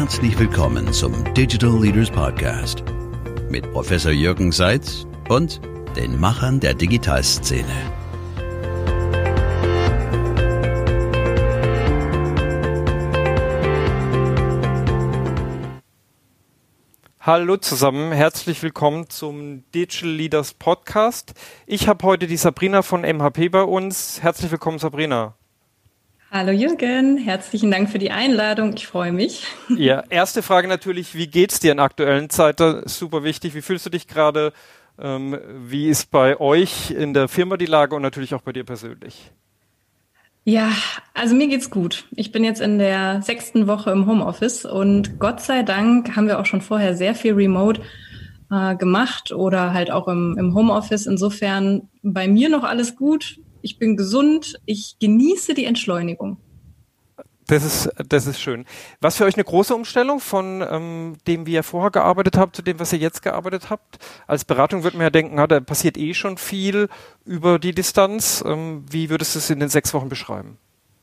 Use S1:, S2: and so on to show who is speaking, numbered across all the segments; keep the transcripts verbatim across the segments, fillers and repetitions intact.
S1: Herzlich willkommen zum Digital Leaders Podcast mit Professor Jürgen Seitz und den Machern der Digitalszene.
S2: Hallo zusammen, herzlich willkommen zum Digital Leaders Podcast. Ich habe heute die Sabrina von M H P bei uns. Herzlich willkommen, Sabrina.
S3: Hallo Jürgen, herzlichen Dank für die Einladung, ich freue mich.
S2: Ja, erste Frage natürlich, wie geht's dir in aktuellen Zeiten? Super wichtig, wie fühlst du dich gerade? Ähm, wie ist bei euch in der Firma die Lage und natürlich auch bei dir persönlich?
S3: Ja, also mir geht's gut. Ich bin jetzt in der sechsten Woche im Homeoffice und Gott sei Dank haben wir auch schon vorher sehr viel Remote äh, gemacht oder halt auch im, im Homeoffice. Insofern bei mir noch alles gut. Ich bin gesund. Ich genieße die Entschleunigung.
S2: Das ist, das ist schön. Was für euch eine große Umstellung von ähm, dem, wie ihr vorher gearbeitet habt, zu dem, was ihr jetzt gearbeitet habt? Als Beratung würde man ja denken, ah, da passiert eh schon viel über die Distanz. Ähm, wie würdest du es in den sechs Wochen beschreiben?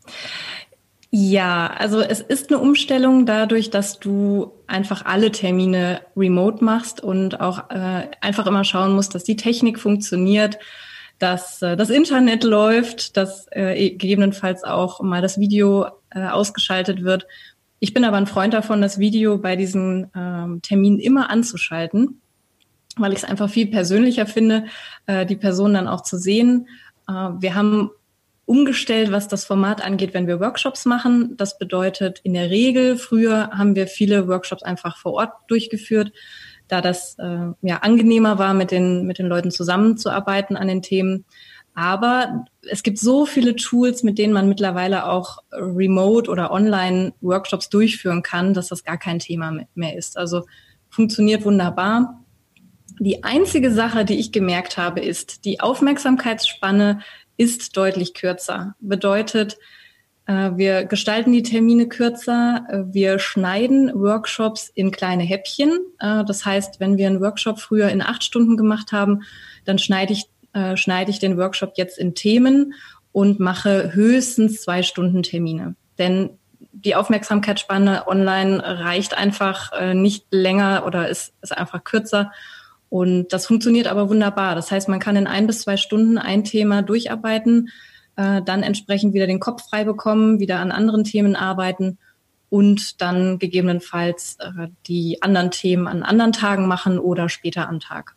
S3: Ja, also es ist eine Umstellung dadurch, dass du einfach alle Termine remote machst und auch äh, einfach immer schauen musst, dass die Technik funktioniert, dass äh, das Internet läuft, dass äh, gegebenenfalls auch mal das Video äh, ausgeschaltet wird. Ich bin aber ein Freund davon, das Video bei diesen ähm, Terminen immer anzuschalten, weil ich es einfach viel persönlicher finde, äh, die Person dann auch zu sehen. Äh, wir haben umgestellt, was das Format angeht, wenn wir Workshops machen. Das bedeutet in der Regel, früher haben wir viele Workshops einfach vor Ort durchgeführt, da das äh, ja angenehmer war, mit den mit den Leuten zusammenzuarbeiten an den Themen. Aber es gibt so viele Tools, mit denen man mittlerweile auch remote oder online Workshops durchführen kann, dass das gar kein Thema mehr ist. Also funktioniert wunderbar. Die einzige Sache, die ich gemerkt habe, ist, die Aufmerksamkeitsspanne ist deutlich kürzer. Bedeutet, wir gestalten die Termine kürzer, wir schneiden Workshops in kleine Häppchen. Das heißt, wenn wir einen Workshop früher in acht Stunden gemacht haben, dann schneide ich, äh, schneide ich den Workshop jetzt in Themen und mache höchstens zwei Stunden Termine. Denn die Aufmerksamkeitsspanne online reicht einfach äh, nicht länger oder ist, ist einfach kürzer. Und das funktioniert aber wunderbar. Das heißt, man kann in ein bis zwei Stunden ein Thema durcharbeiten, dann entsprechend wieder den Kopf frei bekommen, wieder an anderen Themen arbeiten und dann gegebenenfalls äh, die anderen Themen an anderen Tagen machen oder später am Tag.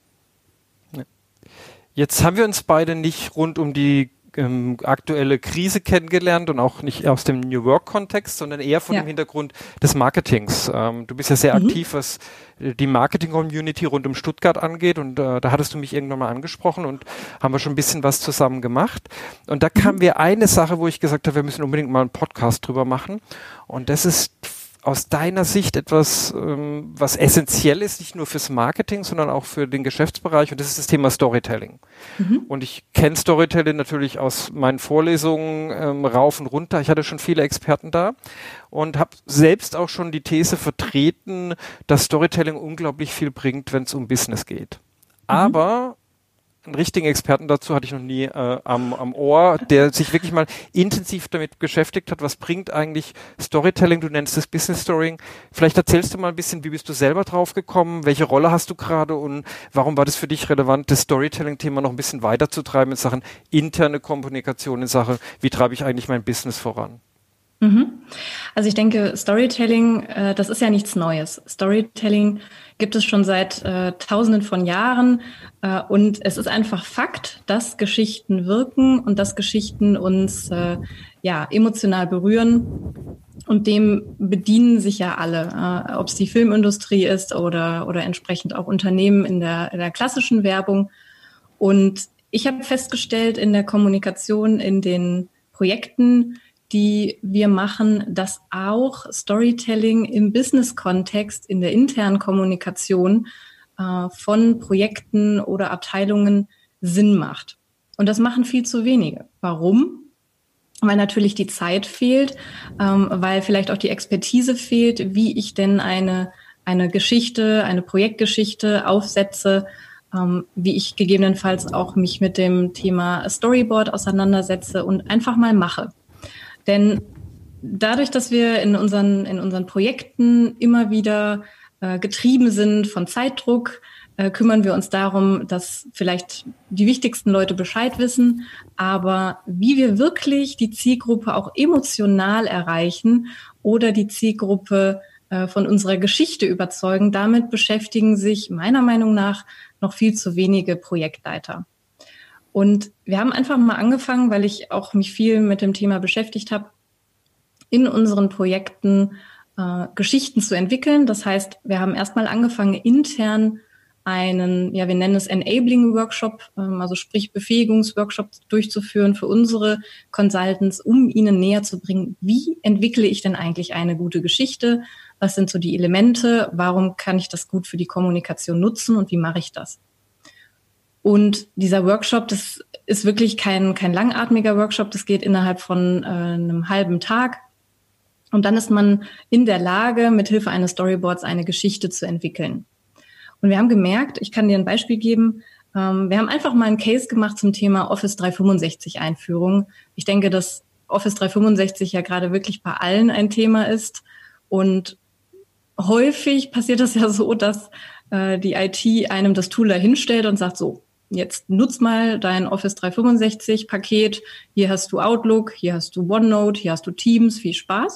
S2: Jetzt haben wir uns beide nicht rund um die ähm, aktuelle Krise kennengelernt und auch nicht aus dem New Work-Kontext, sondern eher von ja. dem Hintergrund des Marketings. Ähm, du bist ja sehr mhm. aktiv, was die Marketing-Community rund um Stuttgart angeht und äh, da hattest du mich irgendwann mal angesprochen und haben wir schon ein bisschen was zusammen gemacht. Und da kam mir eine Sache, wo ich gesagt habe, wir müssen unbedingt mal einen Podcast drüber machen und das ist aus deiner Sicht etwas, ähm, was essentiell ist, nicht nur fürs Marketing, sondern auch für den Geschäftsbereich und das ist das Thema Storytelling. Mhm. Und ich kenne Storytelling natürlich aus meinen Vorlesungen ähm, rauf und runter. Ich hatte schon viele Experten da und habe selbst auch schon die These vertreten, dass Storytelling unglaublich viel bringt, wenn es um Business geht. Mhm. Aber einen richtigen Experten dazu hatte ich noch nie äh, am, am Ohr, der sich wirklich mal intensiv damit beschäftigt hat, was bringt eigentlich Storytelling, du nennst es Business Storying. Vielleicht erzählst du mal ein bisschen, wie bist du selber drauf gekommen, welche Rolle hast du gerade und warum war das für dich relevant, das Storytelling-Thema noch ein bisschen weiterzutreiben in Sachen interne Kommunikation, in Sachen, wie treibe ich eigentlich mein Business voran?
S3: Also ich denke, Storytelling, äh, das ist ja nichts Neues. Storytelling gibt es schon seit äh, Tausenden von Jahren äh, und es ist einfach Fakt, dass Geschichten wirken und dass Geschichten uns äh, ja emotional berühren und dem bedienen sich ja alle, äh, ob es die Filmindustrie ist oder oder entsprechend auch Unternehmen in der in der klassischen Werbung. Und ich habe festgestellt in der Kommunikation, in den Projekten, die wir machen, dass auch Storytelling im Business-Kontext, in der internen Kommunikation äh, von Projekten oder Abteilungen Sinn macht. Und das machen viel zu wenige. Warum? Weil natürlich die Zeit fehlt, ähm, weil vielleicht auch die Expertise fehlt, wie ich denn eine, eine Geschichte, eine Projektgeschichte aufsetze, ähm, wie ich gegebenenfalls auch mich mit dem Thema Storyboard auseinandersetze und einfach mal mache. Denn dadurch, dass wir in unseren, in unseren Projekten immer wieder äh, getrieben sind von Zeitdruck, äh, kümmern wir uns darum, dass vielleicht die wichtigsten Leute Bescheid wissen, aber wie wir wirklich die Zielgruppe auch emotional erreichen oder die Zielgruppe äh, von unserer Geschichte überzeugen, damit beschäftigen sich meiner Meinung nach noch viel zu wenige Projektleiter. Und wir haben einfach mal angefangen, weil ich auch mich viel mit dem Thema beschäftigt habe, in unseren Projekten äh, Geschichten zu entwickeln. Das heißt, wir haben erstmal angefangen, intern einen, ja, wir nennen es Enabling Workshop, ähm, also sprich Befähigungsworkshop durchzuführen für unsere Consultants, um ihnen näher zu bringen, wie entwickle ich denn eigentlich eine gute Geschichte? Was sind so die Elemente? Warum kann ich das gut für die Kommunikation nutzen und wie mache ich das? Und dieser Workshop, das ist wirklich kein, kein langatmiger Workshop, das geht innerhalb von äh, einem halben Tag. Und dann ist man in der Lage, mit Hilfe eines Storyboards eine Geschichte zu entwickeln. Und wir haben gemerkt, ich kann dir ein Beispiel geben, ähm, wir haben einfach mal einen Case gemacht zum Thema Office dreihundertfünfundsechzig Einführung. Ich denke, dass Office dreihundertfünfundsechzig ja gerade wirklich bei allen ein Thema ist. Und häufig passiert das ja so, dass äh, die I T einem das Tool da hinstellt und sagt so, jetzt nutz mal dein Office dreihundertfünfundsechzig Paket. Hier hast du Outlook, hier hast du OneNote, hier hast du Teams, viel Spaß.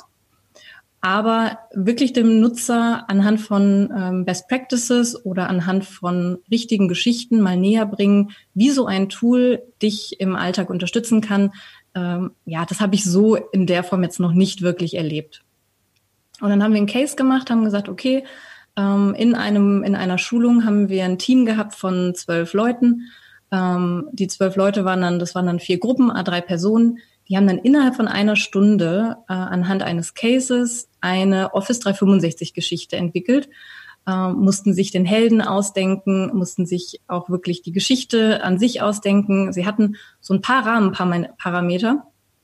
S3: Aber wirklich dem Nutzer anhand von ähm, Best Practices oder anhand von richtigen Geschichten mal näher bringen, wie so ein Tool dich im Alltag unterstützen kann. Ähm, ja, das habe ich so in der Form jetzt noch nicht wirklich erlebt. Und dann haben wir einen Case gemacht, haben gesagt, okay, ähm, in einem in einer Schulung haben wir ein Team gehabt von zwölf Leuten. Ähm, die zwölf Leute waren dann, das waren dann vier Gruppen, a drei Personen. Die haben dann innerhalb von einer Stunde äh, anhand eines Cases eine Office dreihundertfünfundsechzig Geschichte entwickelt, äh, mussten sich den Helden ausdenken, mussten sich auch wirklich die Geschichte an sich ausdenken. Sie hatten so ein paar Rahmenparameter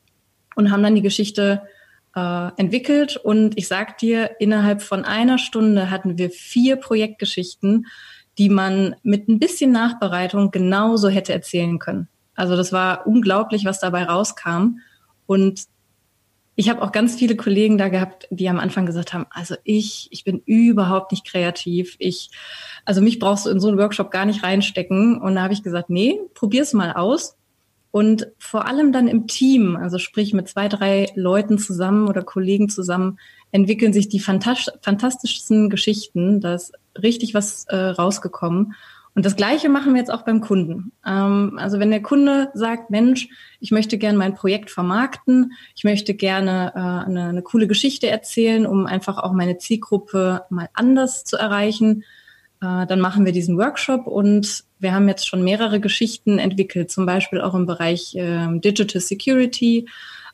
S3: und haben dann die Geschichte äh, entwickelt. Und ich sag dir, innerhalb von einer Stunde hatten wir vier Projektgeschichten, die man mit ein bisschen Nachbereitung genauso hätte erzählen können. Also das war unglaublich, was dabei rauskam. Und ich habe auch ganz viele Kollegen da gehabt, die am Anfang gesagt haben, also ich, ich bin überhaupt nicht kreativ. Ich, also mich brauchst du in so einen Workshop gar nicht reinstecken. Und da habe ich gesagt, nee, probier's mal aus. Und vor allem dann im Team, also sprich mit zwei, drei Leuten zusammen oder Kollegen zusammen, entwickeln sich die fantas- fantastischsten Geschichten. Da ist richtig was äh, rausgekommen. Und das Gleiche machen wir jetzt auch beim Kunden. Ähm, also wenn der Kunde sagt, Mensch, ich möchte gerne mein Projekt vermarkten, ich möchte gerne äh, eine, eine coole Geschichte erzählen, um einfach auch meine Zielgruppe mal anders zu erreichen, äh, dann machen wir diesen Workshop und wir haben jetzt schon mehrere Geschichten entwickelt, zum Beispiel auch im Bereich äh, Digital Security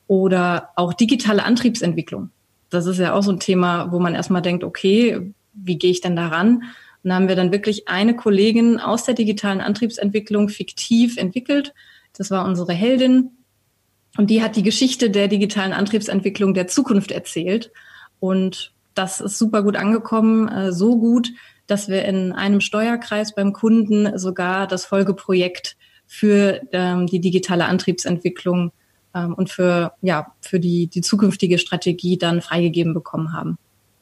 S3: oder auch digitale Antriebsentwicklung. Das ist ja auch so ein Thema, wo man erstmal denkt, okay, wie gehe ich denn da ran? Und da haben wir dann wirklich eine Kollegin aus der digitalen Antriebsentwicklung fiktiv entwickelt. Das war unsere Heldin. Und die hat die Geschichte der digitalen Antriebsentwicklung der Zukunft erzählt. Und das ist super gut angekommen, so gut, dass wir in einem Steuerkreis beim Kunden sogar das Folgeprojekt für ähm, die digitale Antriebsentwicklung ähm, und für, ja, für die, die zukünftige Strategie dann freigegeben bekommen haben.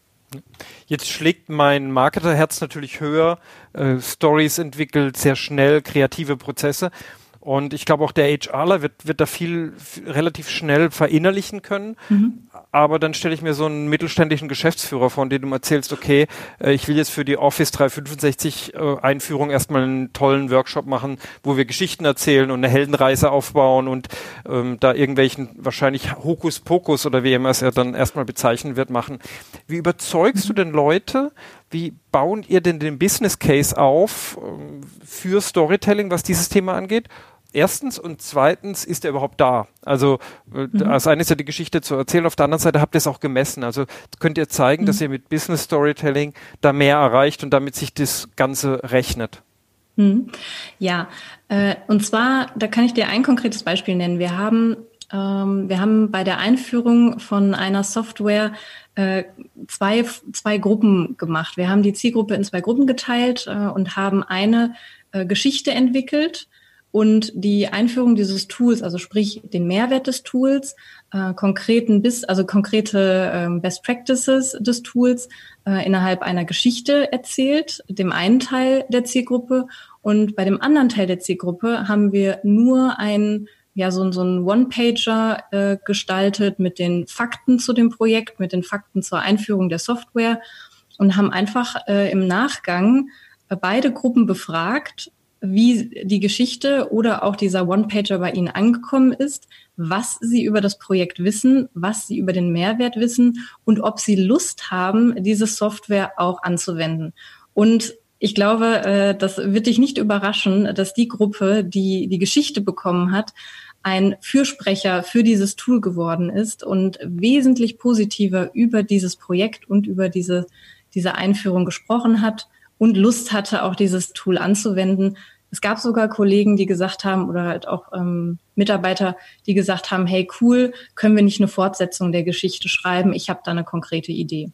S2: Jetzt schlägt mein Marketerherz natürlich höher, äh, Stories entwickelt, sehr schnell, kreative Prozesse. Und ich glaube auch der HRler wird, wird da viel f- relativ schnell verinnerlichen können. Mhm. Aber dann stelle ich mir so einen mittelständischen Geschäftsführer vor, den du erzählst, okay, äh, ich will jetzt für die Office dreihundertfünfundsechzig äh, Einführung erstmal einen tollen Workshop machen, wo wir Geschichten erzählen und eine Heldenreise aufbauen und ähm, da irgendwelchen wahrscheinlich Hokuspokus oder wie immer es ja dann erstmal bezeichnen wird, machen. Wie überzeugst mhm. du denn Leute? Wie bauen ihr denn den Business Case auf ähm, für Storytelling, was dieses Thema angeht? Erstens und zweitens, ist er überhaupt da? Also äh, mhm. das eine ist ja die Geschichte zu erzählen, auf der anderen Seite habt ihr es auch gemessen. Also könnt ihr zeigen, mhm. dass ihr mit Business Storytelling da mehr erreicht und damit sich das Ganze rechnet.
S3: Mhm. Ja, äh, und zwar, da kann ich dir ein konkretes Beispiel nennen. Wir haben, ähm, wir haben bei der Einführung von einer Software äh, zwei, zwei Gruppen gemacht. Wir haben die Zielgruppe in zwei Gruppen geteilt äh, und haben eine äh, Geschichte entwickelt. Und die Einführung dieses Tools, also sprich den Mehrwert des Tools, äh, konkreten bis, also konkrete äh, Best Practices des Tools äh, innerhalb einer Geschichte erzählt, dem einen Teil der Zielgruppe. Und bei dem anderen Teil der Zielgruppe haben wir nur ein, ja, so, so ein One-Pager äh, gestaltet mit den Fakten zu dem Projekt, mit den Fakten zur Einführung der Software und haben einfach äh, im Nachgang äh, beide Gruppen befragt, wie die Geschichte oder auch dieser One-Pager bei Ihnen angekommen ist, was Sie über das Projekt wissen, was Sie über den Mehrwert wissen und ob Sie Lust haben, diese Software auch anzuwenden. Und ich glaube, das wird dich nicht überraschen, dass die Gruppe, die die Geschichte bekommen hat, ein Fürsprecher für dieses Tool geworden ist und wesentlich positiver über dieses Projekt und über diese, diese Einführung gesprochen hat und Lust hatte, auch dieses Tool anzuwenden. Es gab sogar Kollegen, die gesagt haben, oder halt auch ähm, Mitarbeiter, die gesagt haben, hey cool, können wir nicht eine Fortsetzung der Geschichte schreiben? Ich habe da eine konkrete Idee.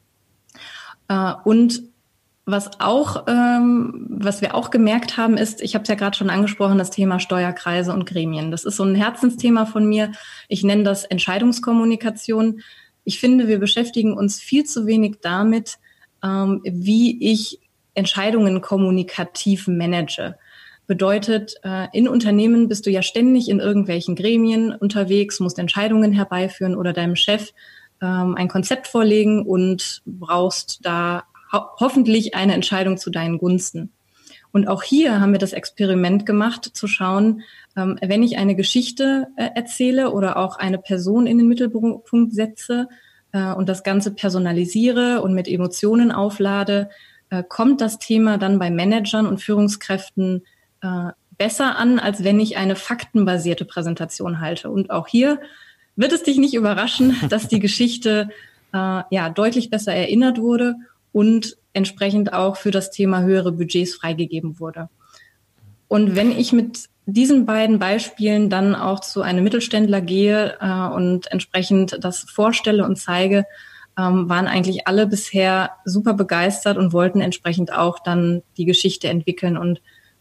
S3: Äh, und was auch, ähm, was wir auch gemerkt haben, ist, ich habe es ja gerade schon angesprochen, das Thema Steuerkreise und Gremien. Das ist so ein Herzensthema von mir. Ich nenne das Entscheidungskommunikation. Ich finde, wir beschäftigen uns viel zu wenig damit, ähm, wie ich Entscheidungen kommunikativ manage. Bedeutet, in Unternehmen bist du ja ständig in irgendwelchen Gremien unterwegs, musst Entscheidungen herbeiführen oder deinem Chef ähm, ein Konzept vorlegen und brauchst da ho- hoffentlich eine Entscheidung zu deinen Gunsten. Und auch hier haben wir das Experiment gemacht, zu schauen, ähm, wenn ich eine Geschichte äh, erzähle oder auch eine Person in den Mittelpunkt setze äh, und das Ganze personalisiere und mit Emotionen auflade, äh, kommt das Thema dann bei Managern und Führungskräften besser an, als wenn ich eine faktenbasierte Präsentation halte. Und auch hier wird es dich nicht überraschen, dass die Geschichte äh, ja deutlich besser erinnert wurde und entsprechend auch für das Thema höhere Budgets freigegeben wurde. Und wenn ich mit diesen beiden Beispielen dann auch zu einem Mittelständler gehe äh, und entsprechend das vorstelle und zeige, ähm, waren eigentlich alle bisher super begeistert und wollten entsprechend auch dann die Geschichte entwickeln. Und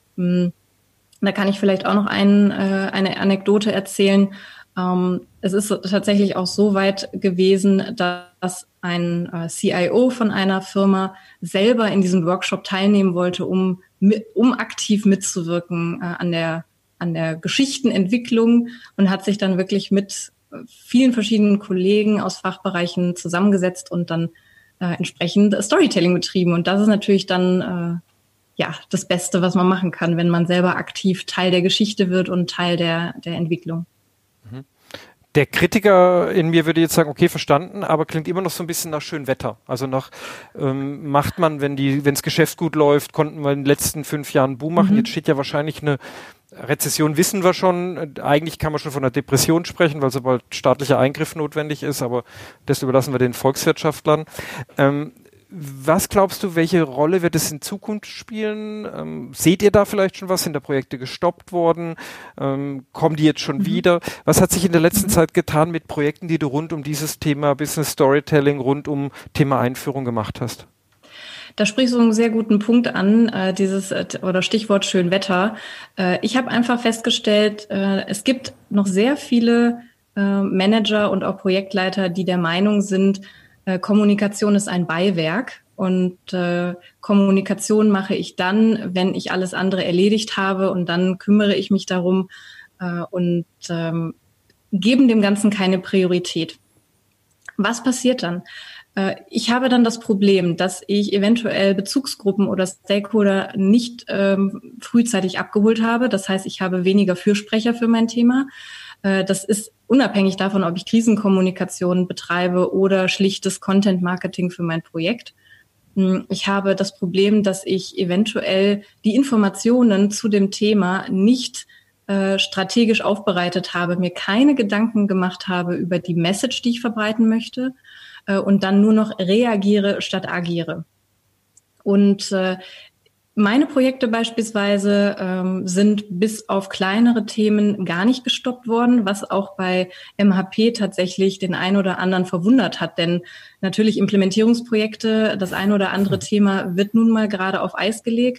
S3: da kann ich vielleicht auch noch ein, äh, eine Anekdote erzählen. Ähm, es ist tatsächlich auch so weit gewesen, dass ein äh, C I O von einer Firma selber in diesem Workshop teilnehmen wollte, um, um aktiv mitzuwirken äh, an der, an der Geschichtenentwicklung und hat sich dann wirklich mit vielen verschiedenen Kollegen aus Fachbereichen zusammengesetzt und dann äh, entsprechend Storytelling betrieben. Und das ist natürlich dann äh, ja, das Beste, was man machen kann, wenn man selber aktiv Teil der Geschichte wird und Teil der, der Entwicklung.
S2: Der Kritiker in mir würde jetzt sagen, okay, verstanden, aber klingt immer noch so ein bisschen nach schön Wetter. Also nach, ähm, macht man, wenn die, wenns Geschäft gut läuft, konnten wir in den letzten fünf Jahren Boom machen. Mhm. Jetzt steht ja wahrscheinlich eine Rezession, wissen wir schon. Eigentlich kann man schon von einer Depression sprechen, weil sobald staatlicher Eingriff notwendig ist, aber das überlassen wir den Volkswirtschaftlern. Ähm, Was glaubst du, welche Rolle wird es in Zukunft spielen? Ähm, seht ihr da vielleicht schon was? Sind da Projekte gestoppt worden? Ähm, kommen die jetzt schon mhm. wieder? Was hat sich in der letzten mhm. Zeit getan mit Projekten, die du rund um dieses Thema Business Storytelling, rund um Thema Einführung gemacht hast?
S3: Da sprichst du einen sehr guten Punkt an, äh, dieses äh, oder Stichwort Schönwetter. Äh, ich habe einfach festgestellt, äh, es gibt noch sehr viele äh, Manager und auch Projektleiter, die der Meinung sind, Kommunikation ist ein Beiwerk und äh, Kommunikation mache ich dann, wenn ich alles andere erledigt habe und dann kümmere ich mich darum äh, und ähm, geben dem Ganzen keine Priorität. Was passiert dann? Äh, ich habe dann das Problem, dass ich eventuell Bezugsgruppen oder Stakeholder nicht ähm, frühzeitig abgeholt habe. Das heißt, ich habe weniger Fürsprecher für mein Thema. Das ist unabhängig davon, ob ich Krisenkommunikation betreibe oder schlichtes Content-Marketing für mein Projekt. Ich habe das Problem, dass ich eventuell die Informationen zu dem Thema nicht äh, strategisch aufbereitet habe, mir keine Gedanken gemacht habe über die Message, die ich verbreiten möchte äh, und dann nur noch reagiere statt agiere. Und äh, Meine Projekte beispielsweise ähm, sind bis auf kleinere Themen gar nicht gestoppt worden, was auch bei M H P tatsächlich den einen oder anderen verwundert hat. Denn natürlich Implementierungsprojekte, das ein oder andere Thema wird nun mal gerade auf Eis gelegt.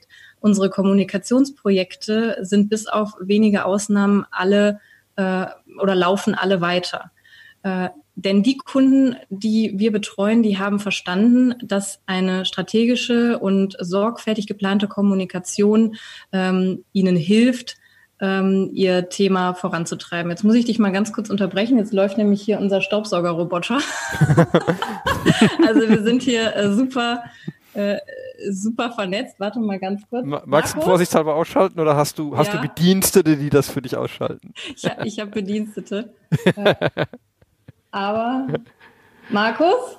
S3: unsere Kommunikationsprojekte sind bis auf wenige Ausnahmen alle äh, oder laufen alle weiter. Äh, denn die Kunden, die wir betreuen, die haben verstanden, dass eine strategische und sorgfältig geplante Kommunikation ähm, ihnen hilft, ähm, ihr Thema voranzutreiben. Jetzt muss ich dich mal ganz kurz unterbrechen. Jetzt läuft nämlich hier unser Staubsaugerroboter. Also wir sind hier äh, super, äh, super vernetzt. Warte mal ganz kurz.
S2: Ma- Magst du vorsichtshalber ausschalten oder hast du, hast
S3: Ja.
S2: du Bedienstete, die das für dich ausschalten?
S3: Ich, ha- ich habe Bedienstete. Äh, aber Markus?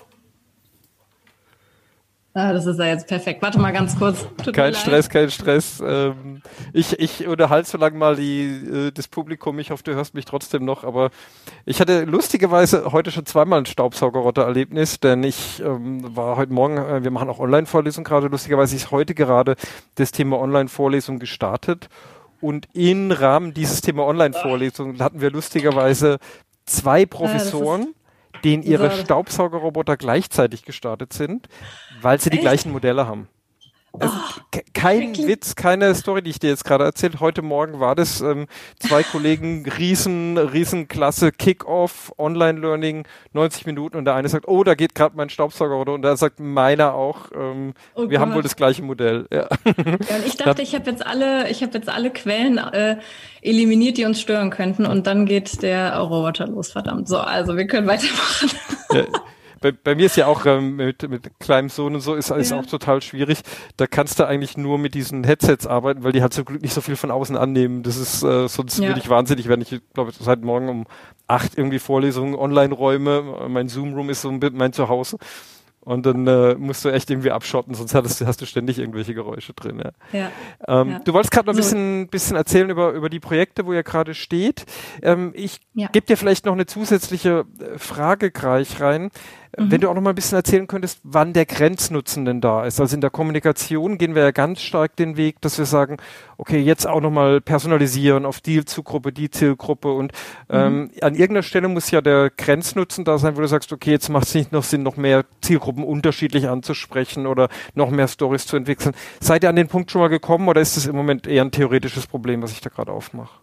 S3: Ah, das ist ja jetzt perfekt. Warte mal ganz kurz. Tut
S2: Kein
S3: mir leid.
S2: Stress, kein Stress. Ähm, ich, ich unterhalte so lange mal die, äh, das Publikum. Ich hoffe, du hörst mich trotzdem noch. Aber ich hatte lustigerweise heute schon zweimal ein Staubsaugerrotter-Erlebnis, denn ich ähm, war heute Morgen, äh, wir machen auch Online-Vorlesungen gerade. Lustigerweise ist heute gerade das Thema Online-Vorlesung gestartet. Und im Rahmen dieses Thema Online-Vorlesung hatten wir lustigerweise zwei Professoren, denen ihre
S3: so.
S2: Staubsaugerroboter gleichzeitig gestartet sind, weil sie die
S3: Echt?
S2: gleichen Modelle haben. Also, ke- kein
S3: schrecklich.
S2: Witz, keine Story, die ich dir jetzt gerade erzählt. Heute Morgen war das ähm, zwei Kollegen, riesen, riesenklasse Kick-Off, Online-Learning, neunzig Minuten und der eine sagt, oh, da geht gerade mein Staubsaugerroboter und der sagt, meiner auch. Ähm,
S3: Oh
S2: wir haben
S3: Gott.
S2: wohl das gleiche Modell. Ja.
S3: Ja, und ich dachte, ich habe jetzt alle, ich habe jetzt alle Quellen äh, eliminiert, die uns stören könnten, und dann geht der Roboter los, verdammt. So, also wir können weitermachen.
S2: Ja, bei, bei mir ist ja auch ähm, mit, mit kleinem Sohn und so ist alles
S3: Ja.
S2: auch total schwierig. Da kannst du eigentlich nur mit diesen Headsets arbeiten, weil die halt zum Glück nicht so viel von außen annehmen. Das ist, äh, sonst
S3: Ja.
S2: würde ich wahnsinnig werden. Ich glaube, seit morgen um acht irgendwie Vorlesungen, Online-Räume. Mein Zoom-Room ist so ein bisschen mein Zuhause. Und dann äh, musst du echt irgendwie abschotten, sonst hast, hast du ständig irgendwelche Geräusche drin. Ja.
S3: Ja.
S2: Ähm,
S3: Ja.
S2: Du wolltest gerade noch ein
S3: So.
S2: bisschen, bisschen erzählen über, über die Projekte, wo ihr gerade steht. Ähm, ich
S3: Ja.
S2: gebe dir vielleicht noch eine zusätzliche äh, Frage gleich rein.
S3: Mhm.
S2: Wenn du auch noch mal ein bisschen erzählen könntest, wann der Grenznutzen denn da ist. Also in der Kommunikation gehen wir ja ganz stark den Weg, dass wir sagen, okay, jetzt auch noch mal personalisieren auf die Zielgruppe, die Zielgruppe und ähm, an irgendeiner Stelle muss ja der Grenznutzen da sein, wo du sagst, okay, jetzt macht es nicht noch Sinn, noch mehr Zielgruppen unterschiedlich anzusprechen oder noch mehr Stories zu entwickeln. Seid ihr an den Punkt schon mal gekommen oder ist das im Moment eher ein theoretisches Problem, was ich da gerade aufmache?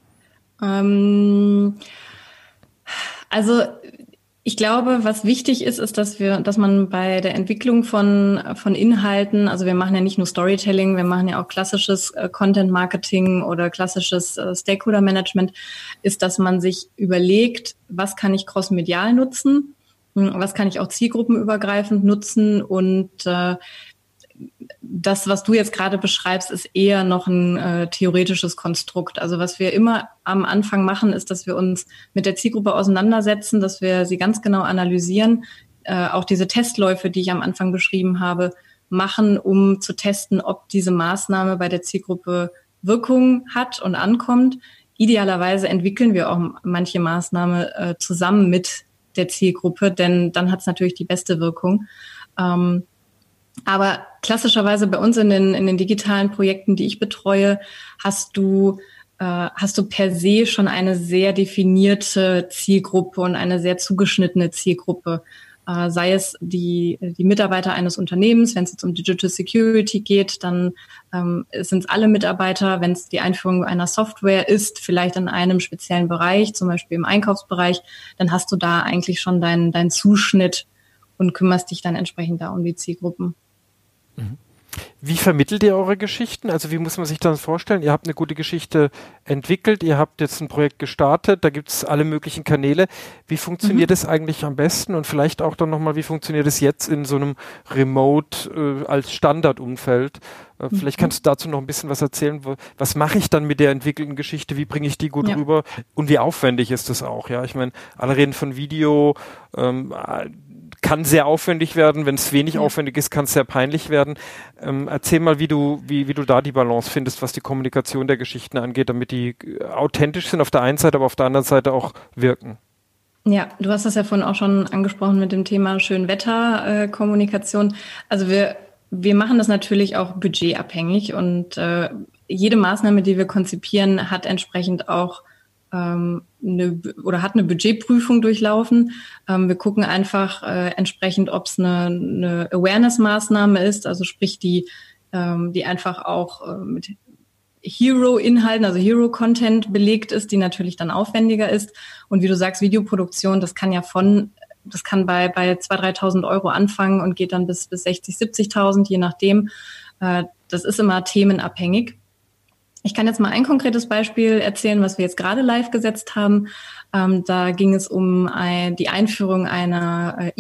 S3: Ähm, also ich glaube, was wichtig ist, ist, dass wir, dass man bei der Entwicklung von von Inhalten, also wir machen ja nicht nur Storytelling, wir machen ja auch klassisches äh, Content Marketing oder klassisches äh, Stakeholder Management, ist, dass man sich überlegt, was kann ich crossmedial nutzen, hm, was kann ich auch zielgruppenübergreifend nutzen, und äh, das, was du jetzt gerade beschreibst, ist eher noch ein äh, theoretisches Konstrukt. Also was wir immer am Anfang machen, ist, dass wir uns mit der Zielgruppe auseinandersetzen, dass wir sie ganz genau analysieren, äh, auch diese Testläufe, die ich am Anfang beschrieben habe, machen, um zu testen, ob diese Maßnahme bei der Zielgruppe Wirkung hat und ankommt. Idealerweise entwickeln wir auch manche Maßnahme äh, zusammen mit der Zielgruppe, denn dann hat es natürlich die beste Wirkung. Ähm, Aber klassischerweise bei uns in den, in den digitalen Projekten, die ich betreue, hast du, äh, hast du per se schon eine sehr definierte Zielgruppe und eine sehr zugeschnittene Zielgruppe. Äh, sei es die, die Mitarbeiter eines Unternehmens, wenn es jetzt um Digital Security geht, dann ähm, sind es alle Mitarbeiter. Wenn es die Einführung einer Software ist, vielleicht in einem speziellen Bereich, zum Beispiel im Einkaufsbereich, dann hast du da eigentlich schon deinen, deinen Zuschnitt und kümmerst dich dann entsprechend da um die Zielgruppen.
S2: Wie vermittelt ihr eure Geschichten? Also wie muss man sich das vorstellen? Ihr habt eine gute Geschichte entwickelt, ihr habt jetzt ein Projekt gestartet, da gibt es alle möglichen Kanäle. Wie funktioniert
S3: Mhm.
S2: das eigentlich am besten? Und vielleicht auch dann nochmal, wie funktioniert es jetzt in so einem Remote äh, als Standardumfeld? Äh,
S3: Mhm.
S2: Vielleicht kannst du dazu noch ein bisschen was erzählen. Wo, was mache ich dann mit der entwickelten Geschichte? Wie bringe ich die gut
S3: Ja.
S2: rüber? Und wie aufwendig ist das auch? Ja, ich meine, alle reden von Video, ähm, kann sehr aufwendig werden. Wenn es wenig
S3: Ja.
S2: aufwendig ist, kann es sehr peinlich werden. Ähm, erzähl mal, wie du, wie, wie du da die Balance findest, was die Kommunikation der Geschichten angeht, damit die äh, authentisch sind auf der einen Seite, aber auf der anderen Seite auch wirken.
S3: Ja, du hast das ja vorhin auch schon angesprochen mit dem Thema Schönwetter-Kommunikation. Also wir, wir machen das natürlich auch budgetabhängig, und äh, jede Maßnahme, die wir konzipieren, hat entsprechend auch ähm, eine, oder hat eine Budgetprüfung durchlaufen. Ähm, wir gucken einfach äh, entsprechend, ob es eine, eine Awareness-Maßnahme ist, also sprich die ähm, die einfach auch äh, mit Hero-Inhalten, also Hero-Content belegt ist, die natürlich dann aufwendiger ist. Und wie du sagst, Videoproduktion, das kann ja von, das kann bei bei zweitausend, dreitausend Euro anfangen und geht dann bis bis sechzig, siebzigtausend, je nachdem. Äh, das ist immer themenabhängig. Ich kann jetzt mal ein konkretes Beispiel erzählen, was wir jetzt gerade live gesetzt haben. Ähm, da ging es um ein, die Einführung einer äh,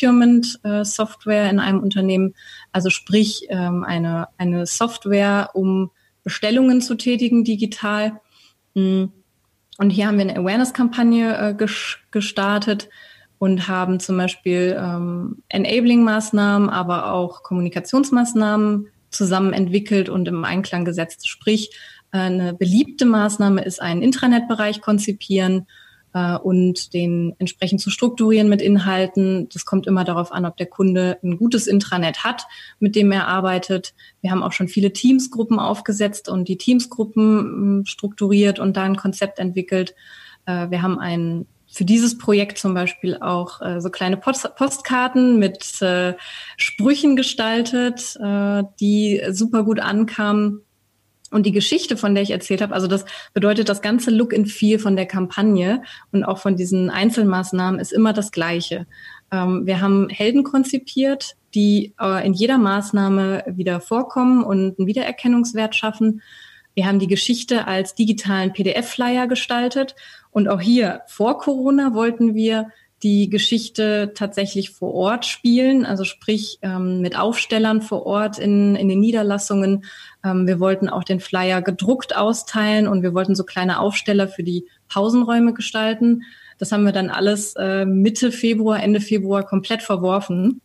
S3: E-Procurement-Software in einem Unternehmen. Also sprich ähm, eine eine Software, um Bestellungen zu tätigen digital. Und hier haben wir eine Awareness-Kampagne äh, ges- gestartet und haben zum Beispiel ähm, Enabling-Maßnahmen, aber auch Kommunikationsmaßnahmen zusammen entwickelt und im Einklang gesetzt. Sprich, äh, eine beliebte Maßnahme ist, einen Intranet-Bereich konzipieren äh, und den entsprechend zu strukturieren mit Inhalten. Das kommt immer darauf an, ob der Kunde ein gutes Intranet hat, mit dem er arbeitet. Wir haben auch schon viele Teamsgruppen aufgesetzt und die Teamsgruppen strukturiert und da ein Konzept entwickelt. Äh, wir haben ein für dieses Projekt zum Beispiel auch äh, so kleine Post- Postkarten mit äh, Sprüchen gestaltet, äh, die super gut ankamen. Und die Geschichte, von der ich erzählt habe, also das bedeutet, das ganze Look and Feel von der Kampagne und auch von diesen Einzelmaßnahmen ist immer das Gleiche. Ähm, wir haben Helden konzipiert, die äh, in jeder Maßnahme wieder vorkommen und einen Wiedererkennungswert schaffen. Wir haben die Geschichte als digitalen P D F-Flyer gestaltet. Und auch hier, vor Corona, wollten wir die Geschichte tatsächlich vor Ort spielen, also sprich ähm, mit Aufstellern vor Ort in, in den Niederlassungen. Ähm, wir wollten auch den Flyer gedruckt austeilen und wir wollten so kleine Aufsteller für die Pausenräume gestalten. Das haben wir dann alles äh, Mitte Februar, Ende Februar komplett verworfen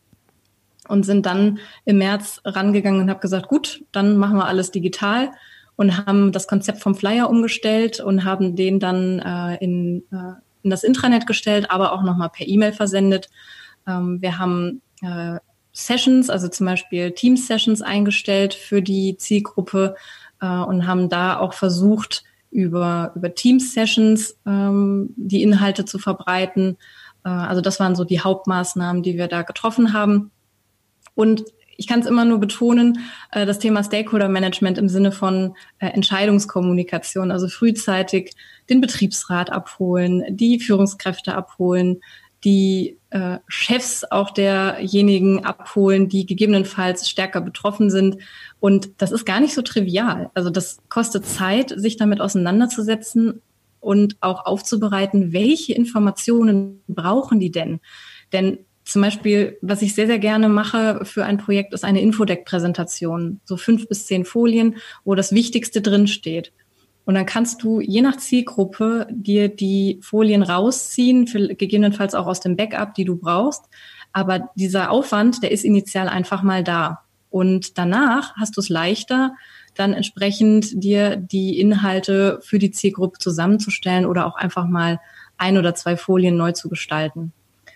S3: und sind dann im März rangegangen und habe gesagt, gut, dann machen wir alles digital. Und haben das Konzept vom Flyer umgestellt und haben den dann äh, in, äh, in das Intranet gestellt, aber auch nochmal per E-Mail versendet. Ähm, wir haben äh, Sessions, also zum Beispiel Teams-Sessions eingestellt für die Zielgruppe äh, und haben da auch versucht, über, über Teams-Sessions ähm, die Inhalte zu verbreiten. Äh, also das waren so die Hauptmaßnahmen, die wir da getroffen haben. Und ich kann es immer nur betonen, äh, das Thema Stakeholder-Management im Sinne von äh, Entscheidungskommunikation, also frühzeitig den Betriebsrat abholen, die Führungskräfte abholen, die äh, Chefs auch derjenigen abholen, die gegebenenfalls stärker betroffen sind. Und das ist gar nicht so trivial. Also das kostet Zeit, sich damit auseinanderzusetzen und auch aufzubereiten, welche Informationen brauchen die denn? Denn zum Beispiel, was ich sehr, sehr gerne mache für ein Projekt, ist eine Infodeck-Präsentation. So fünf bis zehn Folien, wo das Wichtigste drinsteht. Und dann kannst du je nach Zielgruppe dir die Folien rausziehen, für, gegebenenfalls auch aus dem Backup, die du brauchst. Aber dieser Aufwand, der ist initial einfach mal da. Und danach hast du es leichter, dann entsprechend dir die Inhalte für die Zielgruppe zusammenzustellen oder auch einfach mal ein oder zwei Folien neu zu gestalten.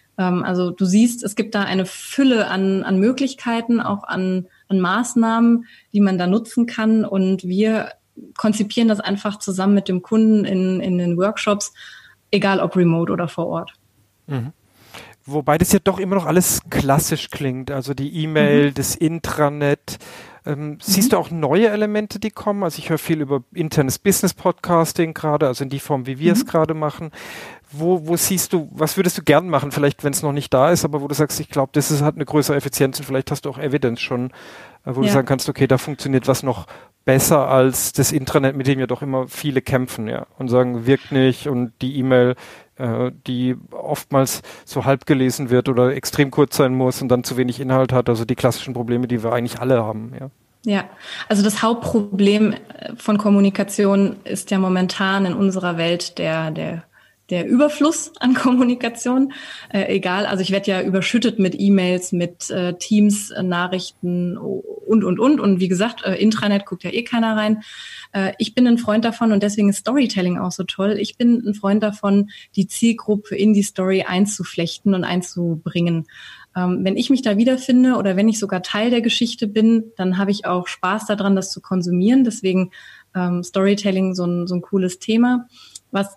S3: Also du siehst, es gibt da eine Fülle an, an Möglichkeiten, auch an, an Maßnahmen, die man da nutzen kann. Und wir konzipieren das einfach zusammen mit dem Kunden in, in den Workshops, egal ob remote oder vor Ort.
S2: Mhm. Wobei das ja doch immer noch alles klassisch klingt, also die E-Mail, mhm. das Intranet. Ähm, mhm. Siehst du auch neue Elemente, die kommen? Also ich höre viel über internes Business-Podcasting gerade, also in die Form, wie wir mhm. es gerade machen. Wo, wo siehst du, was würdest du gern machen, vielleicht wenn es noch nicht da ist, aber wo du sagst, ich glaube, das ist, hat eine größere Effizienz und vielleicht hast du auch Evidence schon, wo ja. du sagen kannst, okay, da funktioniert was noch besser als das Intranet, mit dem ja doch immer viele kämpfen, ja, und sagen, wirkt nicht und die E-Mail, äh, die oftmals so halb gelesen wird oder extrem kurz sein muss und dann zu wenig Inhalt hat, also die klassischen Probleme, die wir eigentlich alle haben, ja.
S3: Ja, also das Hauptproblem von Kommunikation ist ja momentan in unserer Welt der, der der Überfluss an Kommunikation, äh, egal, also ich werde ja überschüttet mit E-Mails, mit äh, Teams, äh, Nachrichten und, und, und. Und wie gesagt, äh, Intranet guckt ja eh keiner rein. Äh, ich bin ein Freund davon und deswegen ist Storytelling auch so toll. Ich bin ein Freund davon, die Zielgruppe in die Story einzuflechten und einzubringen. Ähm, wenn ich mich da wiederfinde oder wenn ich sogar Teil der Geschichte bin, dann habe ich auch Spaß daran, das zu konsumieren. Deswegen ähm, Storytelling so ein, so ein cooles Thema. Was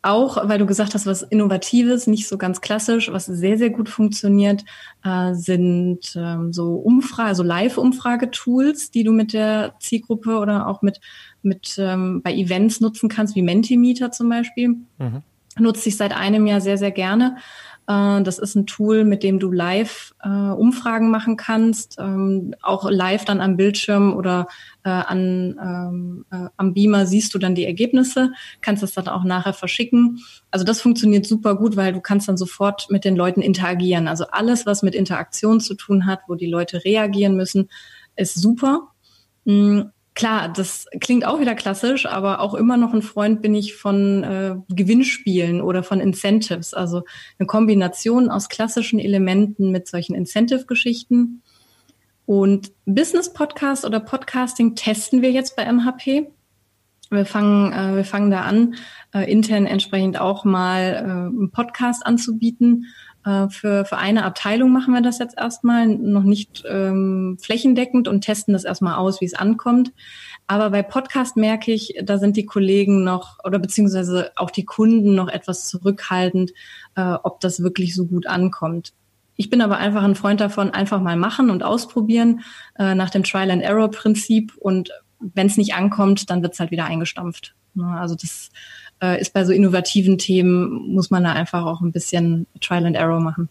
S3: auch, weil du gesagt hast, was Innovatives, nicht so ganz klassisch, was sehr, sehr gut funktioniert, äh, sind ähm, so Umfrage, also Live-Umfragetools, die du mit der Zielgruppe oder auch mit, mit ähm, bei Events nutzen kannst, wie Mentimeter zum Beispiel. Mhm. Nutze ich seit einem Jahr sehr, sehr gerne. Das ist ein Tool, mit dem du live äh, Umfragen machen kannst, ähm, auch live dann am Bildschirm oder äh, an, ähm, äh, am Beamer siehst du dann die Ergebnisse, kannst das dann auch nachher verschicken. Also das funktioniert super gut, weil du kannst dann sofort mit den Leuten interagieren. Also alles, was mit Interaktion zu tun hat, wo die Leute reagieren müssen, ist super. Mhm. Klar, das klingt auch wieder klassisch, aber auch immer noch ein Freund bin ich von äh, Gewinnspielen oder von Incentives, also eine Kombination aus klassischen Elementen mit solchen Incentive-Geschichten. Und Business-Podcast oder Podcasting testen wir jetzt bei M H P. Wir fangen, äh, wir fangen da an, äh, intern entsprechend auch mal äh, einen Podcast anzubieten. Für, für eine Abteilung machen wir das jetzt erstmal, noch nicht ähm, flächendeckend und testen das erstmal aus, wie es ankommt. Aber bei Podcast merke ich, da sind die Kollegen noch oder beziehungsweise auch die Kunden noch etwas zurückhaltend, äh, ob das wirklich so gut ankommt. Ich bin aber einfach ein Freund davon, einfach mal machen und ausprobieren äh, nach dem Trial-and-Error-Prinzip. Und wenn es nicht ankommt, dann wird es halt wieder eingestampft. Also das ist bei so innovativen Themen, muss man da einfach auch ein bisschen Trial and Error machen.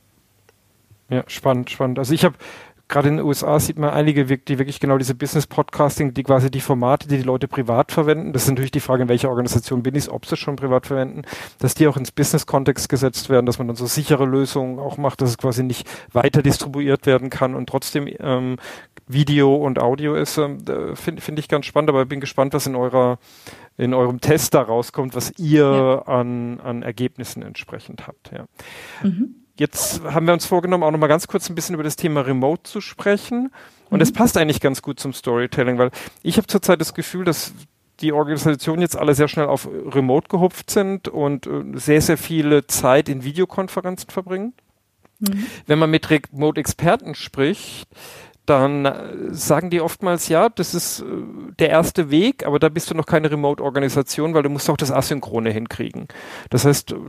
S2: Ja, spannend, spannend. Also ich habe gerade in den U S A sieht man einige, die wirklich genau diese Business-Podcasting, die quasi die Formate, die die Leute privat verwenden, das ist natürlich die Frage, in welcher Organisation bin ich, ob sie es schon privat verwenden, dass die auch ins Business-Kontext gesetzt werden, dass man dann so sichere Lösungen auch macht, dass es quasi nicht weiter distribuiert werden kann und trotzdem ähm, Video und Audio ist, ähm, finde find ich ganz spannend, aber ich bin gespannt, was in eurer in eurem Test da rauskommt, was ihr ja. an, an Ergebnissen entsprechend habt. Ja. Mhm. Jetzt haben wir uns vorgenommen, auch noch mal ganz kurz ein bisschen über das Thema Remote zu sprechen. Und das mhm. passt eigentlich ganz gut zum Storytelling, weil ich habe zurzeit das Gefühl, dass die Organisationen jetzt alle sehr schnell auf Remote gehupft sind und äh, sehr, sehr viele Zeit in Videokonferenzen verbringen. Mhm. Wenn man mit Remote-Experten spricht, dann sagen die oftmals, ja, das ist äh, der erste Weg, aber da bist du noch keine Remote-Organisation, weil du musst auch das Asynchrone hinkriegen. Das heißt, äh,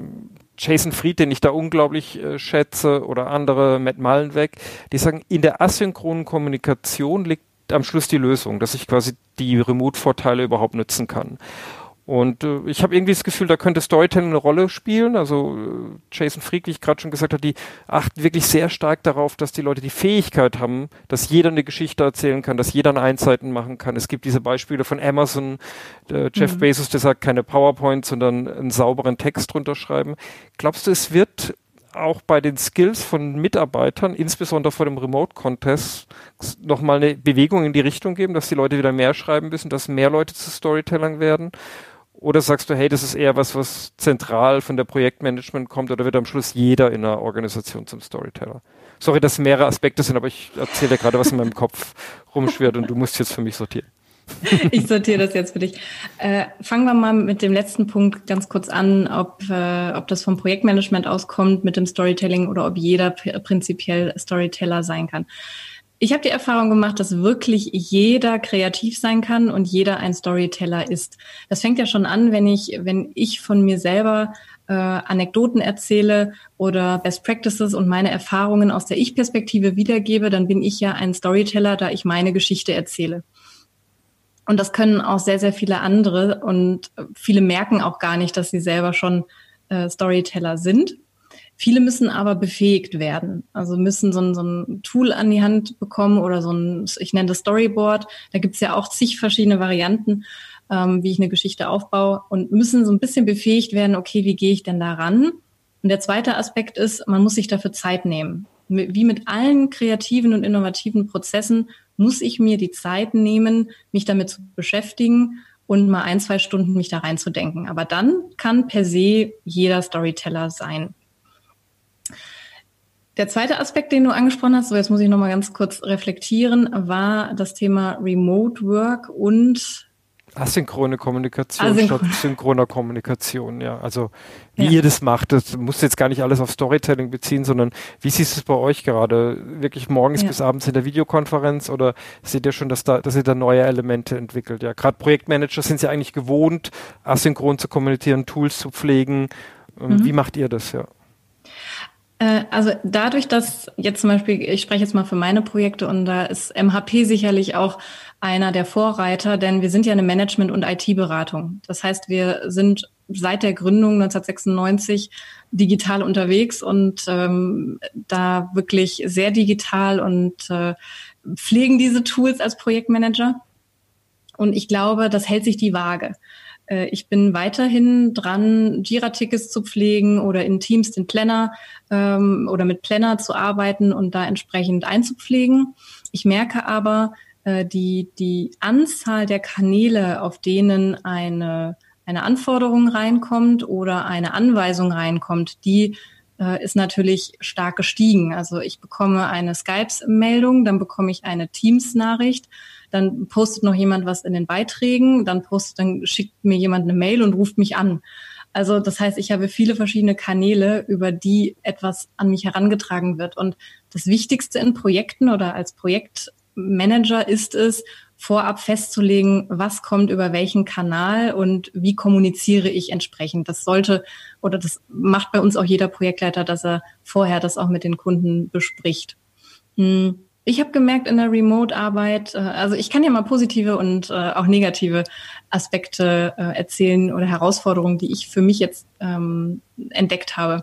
S2: Jason Fried, den ich da unglaublich äh, schätze, oder andere, Matt Mullenweg, die sagen, in der asynchronen Kommunikation liegt am Schluss die Lösung, dass ich quasi die Remote-Vorteile überhaupt nutzen kann. Und äh, ich habe irgendwie das Gefühl, da könnte Storytelling eine Rolle spielen. Also äh, Jason Fried, wie ich gerade schon gesagt habe, die achten wirklich sehr stark darauf, dass die Leute die Fähigkeit haben, dass jeder eine Geschichte erzählen kann, dass jeder eine Einseiten machen kann. Es gibt diese Beispiele von Amazon, äh, Jeff mhm. Bezos, der sagt, keine PowerPoint, sondern einen sauberen Text drunter schreiben. Glaubst du, es wird auch bei den Skills von Mitarbeitern, insbesondere vor dem Remote-Contest, nochmal eine Bewegung in die Richtung geben, dass die Leute wieder mehr schreiben müssen, dass mehr Leute zu Storytellern werden? Oder sagst du, hey, das ist eher was, was zentral von der Projektmanagement kommt, oder wird am Schluss jeder in einer Organisation zum Storyteller? Sorry, dass mehrere Aspekte sind, aber ich erzähle dir gerade, was in meinem Kopf rumschwirrt und du musst jetzt für mich sortieren.
S3: Ich sortiere das jetzt für dich. Äh, fangen wir mal mit dem letzten Punkt ganz kurz an, ob, äh, ob das vom Projektmanagement auskommt mit dem Storytelling oder ob jeder p- prinzipiell Storyteller sein kann. Ich habe die Erfahrung gemacht, dass wirklich jeder kreativ sein kann und jeder ein Storyteller ist. Das fängt ja schon an, wenn ich, wenn ich von mir selber äh, Anekdoten erzähle oder Best Practices und meine Erfahrungen aus der Ich-Perspektive wiedergebe, dann bin ich ja ein Storyteller, da ich meine Geschichte erzähle. Und das können auch sehr, sehr viele andere und viele merken auch gar nicht, dass sie selber schon äh, Storyteller sind. Viele müssen aber befähigt werden, also müssen so ein, so ein Tool an die Hand bekommen oder so ein, ich nenne das Storyboard, da gibt's ja auch zig verschiedene Varianten, ähm, wie ich eine Geschichte aufbaue und müssen so ein bisschen befähigt werden, okay, wie gehe ich denn da ran? Und der zweite Aspekt ist, man muss sich dafür Zeit nehmen. Wie mit allen kreativen und innovativen Prozessen muss ich mir die Zeit nehmen, mich damit zu beschäftigen und mal ein, zwei Stunden mich da reinzudenken. Aber dann kann per se jeder Storyteller sein. Der zweite Aspekt, den du angesprochen hast, so jetzt muss ich nochmal ganz kurz reflektieren, war das Thema Remote Work und
S2: Asynchrone Kommunikation
S3: Asynchron.
S2: statt synchroner Kommunikation, ja. Also wie
S3: ja.
S2: ihr das macht, das musst du jetzt gar nicht alles auf Storytelling beziehen, sondern wie siehst du es bei euch gerade? Wirklich morgens ja. bis abends in der Videokonferenz oder seht ihr schon, dass da, dass ihr da neue Elemente entwickelt? Ja, gerade Projektmanager sind ja eigentlich gewohnt, asynchron zu kommunizieren, Tools zu pflegen. Mhm. Wie macht ihr das, ja?
S3: Also dadurch, dass jetzt zum Beispiel, ich spreche jetzt mal für meine Projekte und da ist M H P sicherlich auch einer der Vorreiter, denn wir sind ja eine Management- und I T-Beratung. Das heißt, wir sind seit der Gründung neunzehnhundertsechsundneunzig digital unterwegs und ähm, da wirklich sehr digital und äh, pflegen diese Tools als Projektmanager. Und ich glaube, das hält sich die Waage. Ich bin weiterhin dran, Jira-Tickets zu pflegen oder in Teams den Planner ähm, oder mit Planner zu arbeiten und da entsprechend einzupflegen. Ich merke aber, äh, die die Anzahl der Kanäle, auf denen eine eine Anforderung reinkommt oder eine Anweisung reinkommt, die äh, ist natürlich stark gestiegen. Also ich bekomme eine Skype-Meldung, dann bekomme ich eine Teams-Nachricht, dann postet noch jemand was in den Beiträgen, dann postet, dann schickt mir jemand eine Mail und ruft mich an. Also das heißt, ich habe viele verschiedene Kanäle, über die etwas an mich herangetragen wird. Und das Wichtigste in Projekten oder als Projektmanager ist es, vorab festzulegen, was kommt über welchen Kanal und wie kommuniziere ich entsprechend. Das sollte oder das macht bei uns auch jeder Projektleiter, dass er vorher das auch mit den Kunden bespricht. Hm. Ich habe gemerkt in der Remote-Arbeit, also ich kann ja mal positive und äh, auch negative Aspekte äh, erzählen oder Herausforderungen, die ich für mich jetzt ähm, entdeckt habe.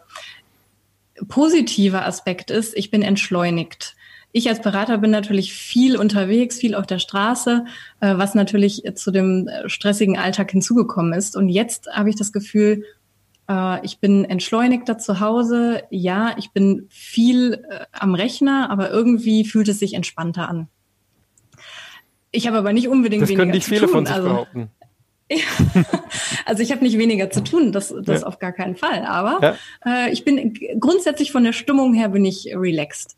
S3: Positiver Aspekt ist, ich bin entschleunigt. Ich als Berater bin natürlich viel unterwegs, viel auf der Straße, äh, was natürlich zu dem stressigen Alltag hinzugekommen ist. Und jetzt habe ich das Gefühl, ich bin entschleunigter zu Hause. Ja, ich bin viel äh, am Rechner, aber irgendwie fühlt es sich entspannter an. Ich habe aber nicht unbedingt
S2: das
S3: weniger
S2: können nicht
S3: zu
S2: viele
S3: tun.
S2: von sich
S3: also,
S2: behaupten.
S3: Also ich habe nicht weniger zu tun, das, das ja. auf gar keinen Fall. Aber ja. äh, ich bin grundsätzlich von der Stimmung her bin ich relaxed.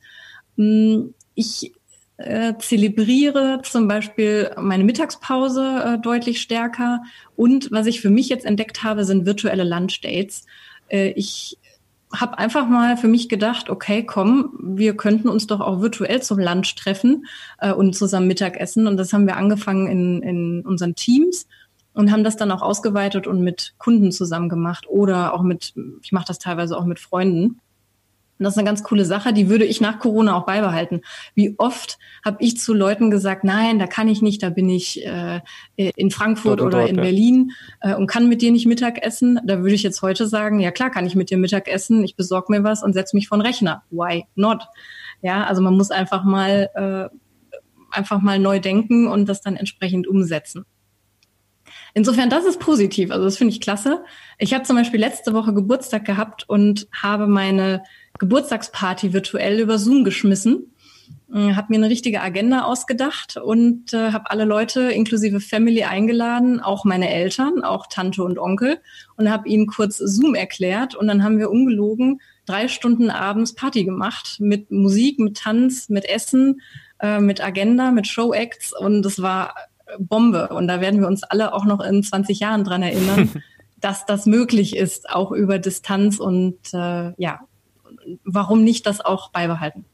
S3: Ich Äh, zelebriere zum Beispiel meine Mittagspause äh, deutlich stärker. Und was ich für mich jetzt entdeckt habe, sind virtuelle Lunchdates. Äh, ich habe einfach mal für mich gedacht, okay, komm, wir könnten uns doch auch virtuell zum Lunch treffen äh, und zusammen Mittagessen. Und das haben wir angefangen in, in unseren Teams und haben das dann auch ausgeweitet und mit Kunden zusammen gemacht oder auch mit, ich mache das teilweise auch mit Freunden. Und das ist eine ganz coole Sache, die würde ich nach Corona auch beibehalten. Wie oft habe ich zu Leuten gesagt, nein, da kann ich nicht, da bin ich äh, in Frankfurt dort oder dort, in ja. Berlin äh, und kann mit dir nicht Mittag essen. Da würde ich jetzt heute sagen, ja klar kann ich mit dir Mittag essen, ich besorge mir was und setze mich vor den Rechner. Why not? Ja, also man muss einfach mal äh, einfach mal neu denken und das dann entsprechend umsetzen. Insofern, das ist positiv, also das finde ich klasse. Ich habe zum Beispiel letzte Woche Geburtstag gehabt und habe meine Geburtstagsparty virtuell über Zoom geschmissen, habe mir eine richtige Agenda ausgedacht und äh, habe alle Leute inklusive Family eingeladen, auch meine Eltern, auch Tante und Onkel und habe ihnen kurz Zoom erklärt und dann haben wir ungelogen drei Stunden abends Party gemacht mit Musik, mit Tanz, mit Essen, äh, mit Agenda, mit Showacts und das war Bombe und da werden wir uns alle auch noch in zwanzig Jahren dran erinnern, dass das möglich ist, auch über Distanz und äh, ja, warum nicht das auch beibehalten?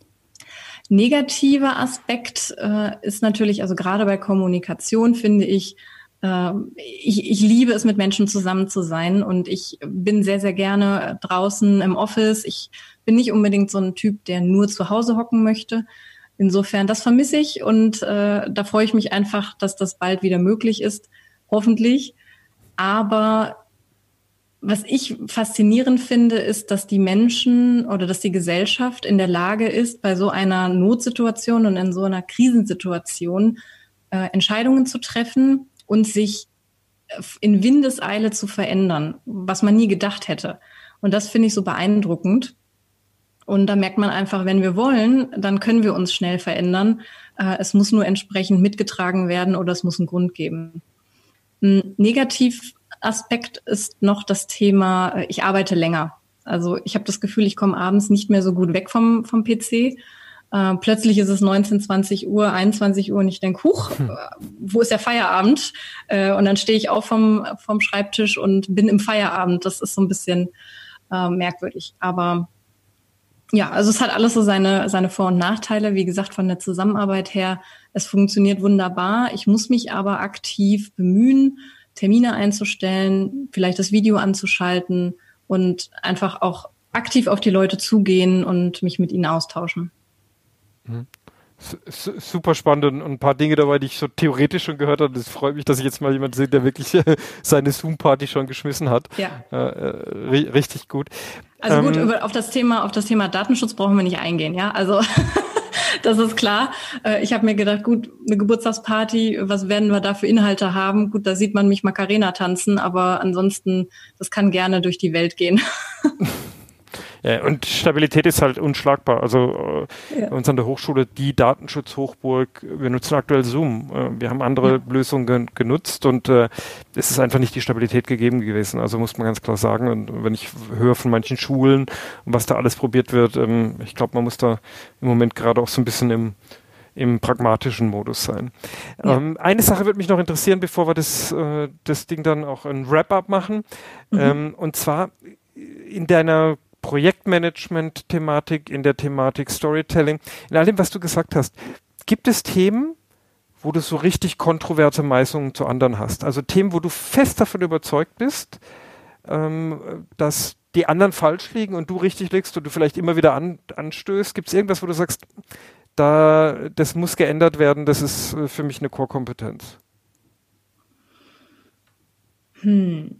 S3: Negativer Aspekt äh, ist natürlich, also gerade bei Kommunikation finde ich, äh, ich, ich liebe es, mit Menschen zusammen zu sein und ich bin sehr, sehr gerne draußen im Office. Ich bin nicht unbedingt so ein Typ, der nur zu Hause hocken möchte. Insofern, das vermisse ich und äh, da freue ich mich einfach, dass das bald wieder möglich ist, hoffentlich. Aber was ich faszinierend finde, ist, dass die Menschen oder dass die Gesellschaft in der Lage ist, bei so einer Notsituation und in so einer Krisensituation äh, Entscheidungen zu treffen und sich in Windeseile zu verändern, was man nie gedacht hätte. Und das finde ich so beeindruckend. Und da merkt man einfach, wenn wir wollen, dann können wir uns schnell verändern. Äh, es muss nur entsprechend mitgetragen werden oder es muss einen Grund geben. Ein Negativaspekt ist noch das Thema, ich arbeite länger. Also ich habe das Gefühl, ich komme abends nicht mehr so gut weg vom, vom P C. Äh, plötzlich ist es neunzehn, zwanzig Uhr, einundzwanzig Uhr und ich denke, huch, hm. wo ist der Feierabend? Äh, und dann stehe ich auf vom, vom Schreibtisch und bin im Feierabend. Das ist so ein bisschen äh, merkwürdig. Aber ja, also es hat alles so seine, seine Vor- und Nachteile. Wie gesagt, von der Zusammenarbeit her, es funktioniert wunderbar. Ich muss mich aber aktiv bemühen, Termine einzustellen, vielleicht das Video anzuschalten und einfach auch aktiv auf die Leute zugehen und mich mit ihnen austauschen.
S2: Mhm. S- super spannend und ein paar Dinge dabei, die ich so theoretisch schon gehört habe. Es freut mich, dass ich jetzt mal jemanden sehe, der wirklich seine Zoom-Party schon geschmissen hat.
S3: Ja.
S2: Äh, äh, richtig gut.
S3: Also gut,
S2: ähm,
S3: über, auf das Thema, auf das Thema Datenschutz brauchen wir nicht eingehen, ja. Also das ist klar. Äh, ich habe mir gedacht, gut, eine Geburtstagsparty, was werden wir da für Inhalte haben? Gut, da sieht man mich Macarena tanzen, aber ansonsten, das kann gerne durch die Welt gehen.
S2: Ja, und Stabilität ist halt unschlagbar. Also äh,
S3: ja.
S2: bei uns an der Hochschule die Datenschutzhochburg, wir nutzen aktuell Zoom. Äh, wir haben andere ja. Lösungen gen- genutzt und äh, es ist einfach nicht die Stabilität gegeben gewesen. Also muss man ganz klar sagen. Und wenn ich höre von manchen Schulen, was da alles probiert wird, ähm, ich glaube, man muss da im Moment gerade auch so ein bisschen im im pragmatischen Modus sein. Ja. Ähm, eine Sache würde mich noch interessieren, bevor wir das, äh, das Ding dann auch ein Wrap-up machen. Mhm. Ähm, und zwar in deiner Projektmanagement-Thematik, in der Thematik Storytelling, in all dem, was du gesagt hast, gibt es Themen, wo du so richtig kontroverse Meinungen zu anderen hast? Also Themen, wo du fest davon überzeugt bist, ähm, dass die anderen falsch liegen und du richtig liegst und du vielleicht immer wieder an, anstößt? Gibt es irgendwas, wo du sagst, da, das muss geändert werden, das ist für mich eine Core-Kompetenz?
S3: Hm.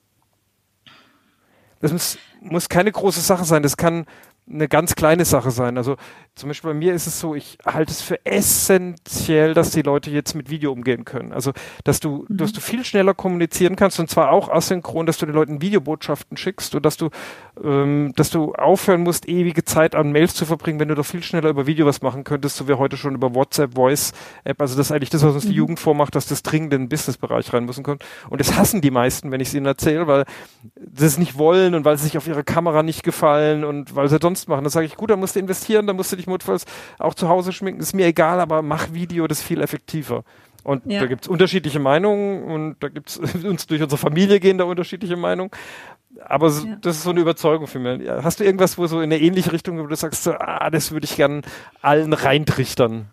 S2: Das muss, muss keine große Sache sein, das kann eine ganz kleine Sache sein. Also zum Beispiel bei mir ist es so, ich halte es für essentiell, dass die Leute jetzt mit Video umgehen können. Also dass du, mhm. dass du viel schneller kommunizieren kannst und zwar auch asynchron, dass du den Leuten Videobotschaften schickst und dass du, ähm, dass du aufhören musst, ewige Zeit an Mails zu verbringen, wenn du doch viel schneller über Video was machen könntest, so wie heute schon über WhatsApp, Voice-App. Also das ist eigentlich das, was uns mhm. die Jugend vormacht, dass das dringend in den Business-Bereich rein müssen kann. Und das hassen die meisten, wenn ich es ihnen erzähle, weil sie es nicht wollen und weil sie sich auf ihre Kamera nicht gefallen und weil sie sonst machen. Dann sage ich, gut, dann musst du investieren, dann musst du dich notfalls auch zu Hause schminken, ist mir egal, aber mach Video, das ist viel effektiver. Und ja. da gibt es unterschiedliche Meinungen und da gibt es uns durch unsere Familie gehen da unterschiedliche Meinungen. Aber so, ja. das ist so eine Überzeugung für mich. Hast du irgendwas, wo so in eine ähnliche Richtung, wo du sagst, so, ah, das würde ich gern allen reintrichtern?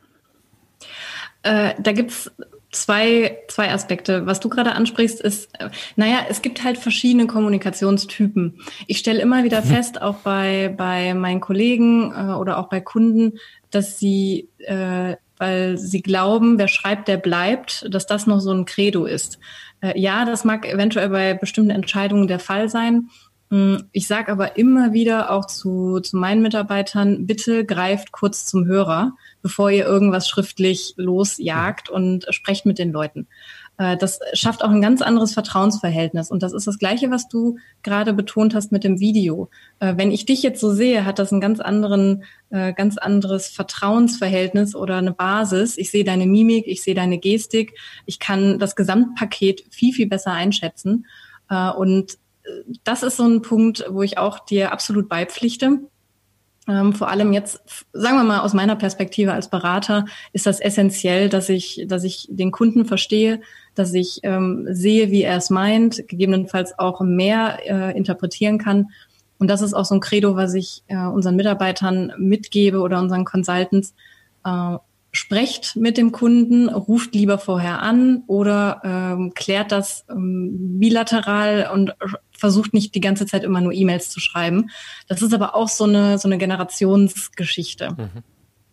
S3: Äh, da gibt's Zwei, zwei Aspekte. Was du gerade ansprichst, ist, naja, es gibt halt verschiedene Kommunikationstypen. Ich stelle immer wieder fest, auch bei, bei meinen Kollegen äh, oder auch bei Kunden, dass sie, äh, weil sie glauben, wer schreibt, der bleibt, dass das noch so ein Credo ist. Äh, ja, das mag eventuell bei bestimmten Entscheidungen der Fall sein. Ich sage aber immer wieder auch zu, zu meinen Mitarbeitern, bitte greift kurz zum Hörer, bevor ihr irgendwas schriftlich losjagt und sprecht mit den Leuten. Das schafft auch ein ganz anderes Vertrauensverhältnis. Und das ist das Gleiche, was du gerade betont hast mit dem Video. Wenn ich dich jetzt so sehe, hat das ein ganz anderen, ganz anderes Vertrauensverhältnis oder eine Basis. Ich sehe deine Mimik, ich sehe deine Gestik. Ich kann das Gesamtpaket viel, viel besser einschätzen. Und das ist so ein Punkt, wo ich auch dir absolut beipflichte. Ähm, vor allem jetzt, sagen wir mal aus meiner Perspektive als Berater, ist das essentiell, dass ich, dass ich den Kunden verstehe, dass ich ähm, sehe, wie er es meint, gegebenenfalls auch mehr äh, interpretieren kann. Und das ist auch so ein Credo, was ich äh, unseren Mitarbeitern mitgebe oder unseren Consultants. Äh, Sprecht mit dem Kunden, ruft lieber vorher an oder ähm, klärt das ähm, bilateral und versucht nicht die ganze Zeit immer nur E-Mails zu schreiben. Das ist aber auch so eine so eine Generationsgeschichte. Mhm.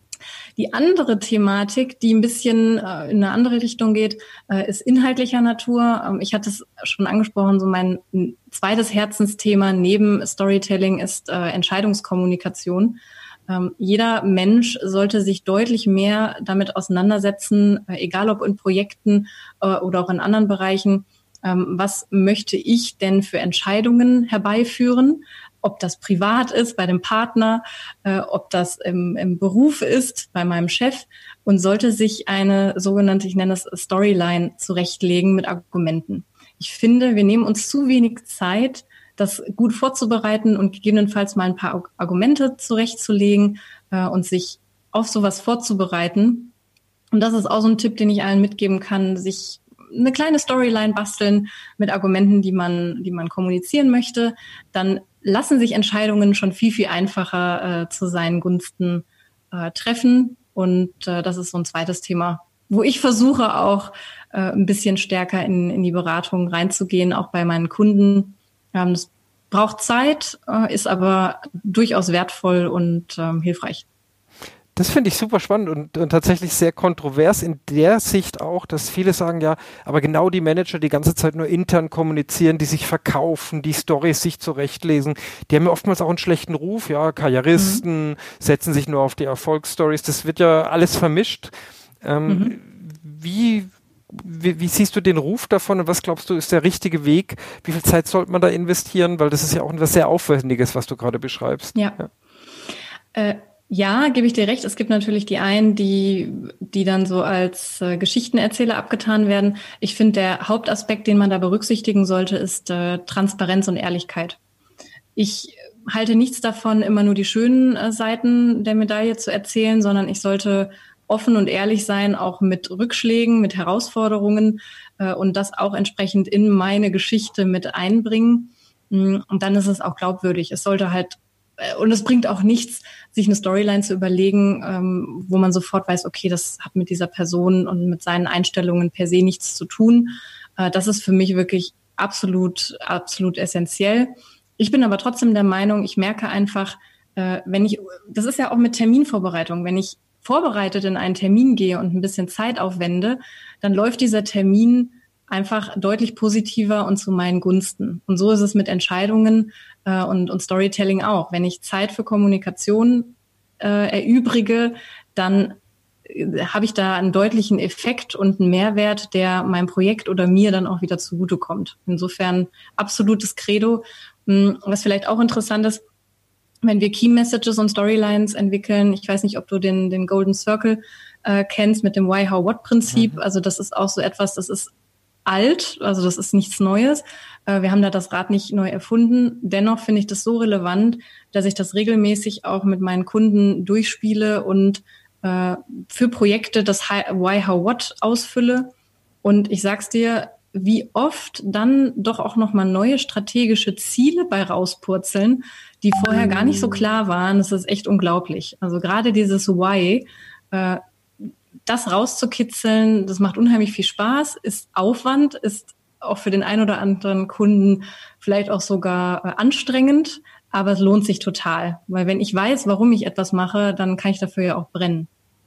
S3: Die andere Thematik, die ein bisschen äh, in eine andere Richtung geht, äh, ist inhaltlicher Natur. Ähm, ich hatte es schon angesprochen, so mein zweites Herzensthema neben Storytelling ist äh, Entscheidungskommunikation. Ähm, jeder Mensch sollte sich deutlich mehr damit auseinandersetzen, äh, egal ob in Projekten äh, oder auch in anderen Bereichen, ähm, was möchte ich denn für Entscheidungen herbeiführen, ob das privat ist, bei dem Partner, äh, ob das im, im Beruf ist, bei meinem Chef und sollte sich eine sogenannte, ich nenne es Storyline, zurechtlegen mit Argumenten. Ich finde, wir nehmen uns zu wenig Zeit, das gut vorzubereiten und gegebenenfalls mal ein paar Argumente zurechtzulegen äh, und sich auf sowas vorzubereiten. Und das ist auch so ein Tipp, den ich allen mitgeben kann, sich eine kleine Storyline basteln mit Argumenten, die man, die man kommunizieren möchte. Dann lassen sich Entscheidungen schon viel, viel einfacher äh, zu seinen Gunsten äh, treffen. Und äh, das ist so ein zweites Thema, wo ich versuche auch äh, ein bisschen stärker in, in die Beratung reinzugehen, auch bei meinen Kunden. Ähm, das braucht Zeit, äh, ist aber durchaus wertvoll und ähm, hilfreich.
S2: Das finde ich super spannend und, und tatsächlich sehr kontrovers in der Sicht auch, dass viele sagen, ja, aber genau die Manager, die ganze Zeit nur intern kommunizieren, die sich verkaufen, die Storys sich zurechtlesen, die haben ja oftmals auch einen schlechten Ruf, ja, Karrieristen mhm. setzen sich nur auf die Erfolgsstories, das wird ja alles vermischt. Ähm, mhm. wie, wie, wie siehst du den Ruf davon und was glaubst du, ist der richtige Weg? Wie viel Zeit sollte man da investieren? Weil das ist ja auch etwas sehr Aufwendiges, was du gerade beschreibst.
S3: Ja, ja. Äh, Ja, gebe ich dir recht. Es gibt natürlich die einen, die, die dann so als äh, Geschichtenerzähler abgetan werden. Ich finde, der Hauptaspekt, den man da berücksichtigen sollte, ist äh, Transparenz und Ehrlichkeit. Ich halte nichts davon, immer nur die schönen äh, Seiten der Medaille zu erzählen, sondern ich sollte offen und ehrlich sein, auch mit Rückschlägen, mit Herausforderungen äh, und das auch entsprechend in meine Geschichte mit einbringen. Und dann ist es auch glaubwürdig. Es sollte halt Und es bringt auch nichts, sich eine Storyline zu überlegen, ähm, wo man sofort weiß, okay, das hat mit dieser Person und mit seinen Einstellungen per se nichts zu tun. Äh, das ist für mich wirklich absolut, absolut essentiell. Ich bin aber trotzdem der Meinung, ich merke einfach, äh, wenn ich, das ist ja auch mit Terminvorbereitung, wenn ich vorbereitet in einen Termin gehe und ein bisschen Zeit aufwende, dann läuft dieser Termin einfach deutlich positiver und zu meinen Gunsten. Und so ist es mit Entscheidungen äh, und, und Storytelling auch. Wenn ich Zeit für Kommunikation äh, erübrige, dann äh, habe ich da einen deutlichen Effekt und einen Mehrwert, der meinem Projekt oder mir dann auch wieder zugutekommt. Insofern absolutes Credo. Was vielleicht auch interessant ist, wenn wir Key Messages und Storylines entwickeln, ich weiß nicht, ob du den, den Golden Circle äh, kennst mit dem Why, How, What-Prinzip. Mhm. Also das ist auch so etwas, das ist alt, also das ist nichts Neues. Äh, wir haben da das Rad nicht neu erfunden. Dennoch finde ich das so relevant, dass ich das regelmäßig auch mit meinen Kunden durchspiele und äh, für Projekte das Why, How, What ausfülle. Und ich sag's dir, wie oft dann doch auch nochmal neue strategische Ziele bei rauspurzeln, die vorher gar nicht so klar waren. Das ist echt unglaublich. Also gerade dieses Why, äh, das rauszukitzeln, das macht unheimlich viel Spaß, ist Aufwand, ist auch für den einen oder anderen Kunden vielleicht auch sogar äh, anstrengend, aber es lohnt sich total. Weil wenn ich weiß, warum ich etwas mache, dann kann ich dafür ja auch brennen.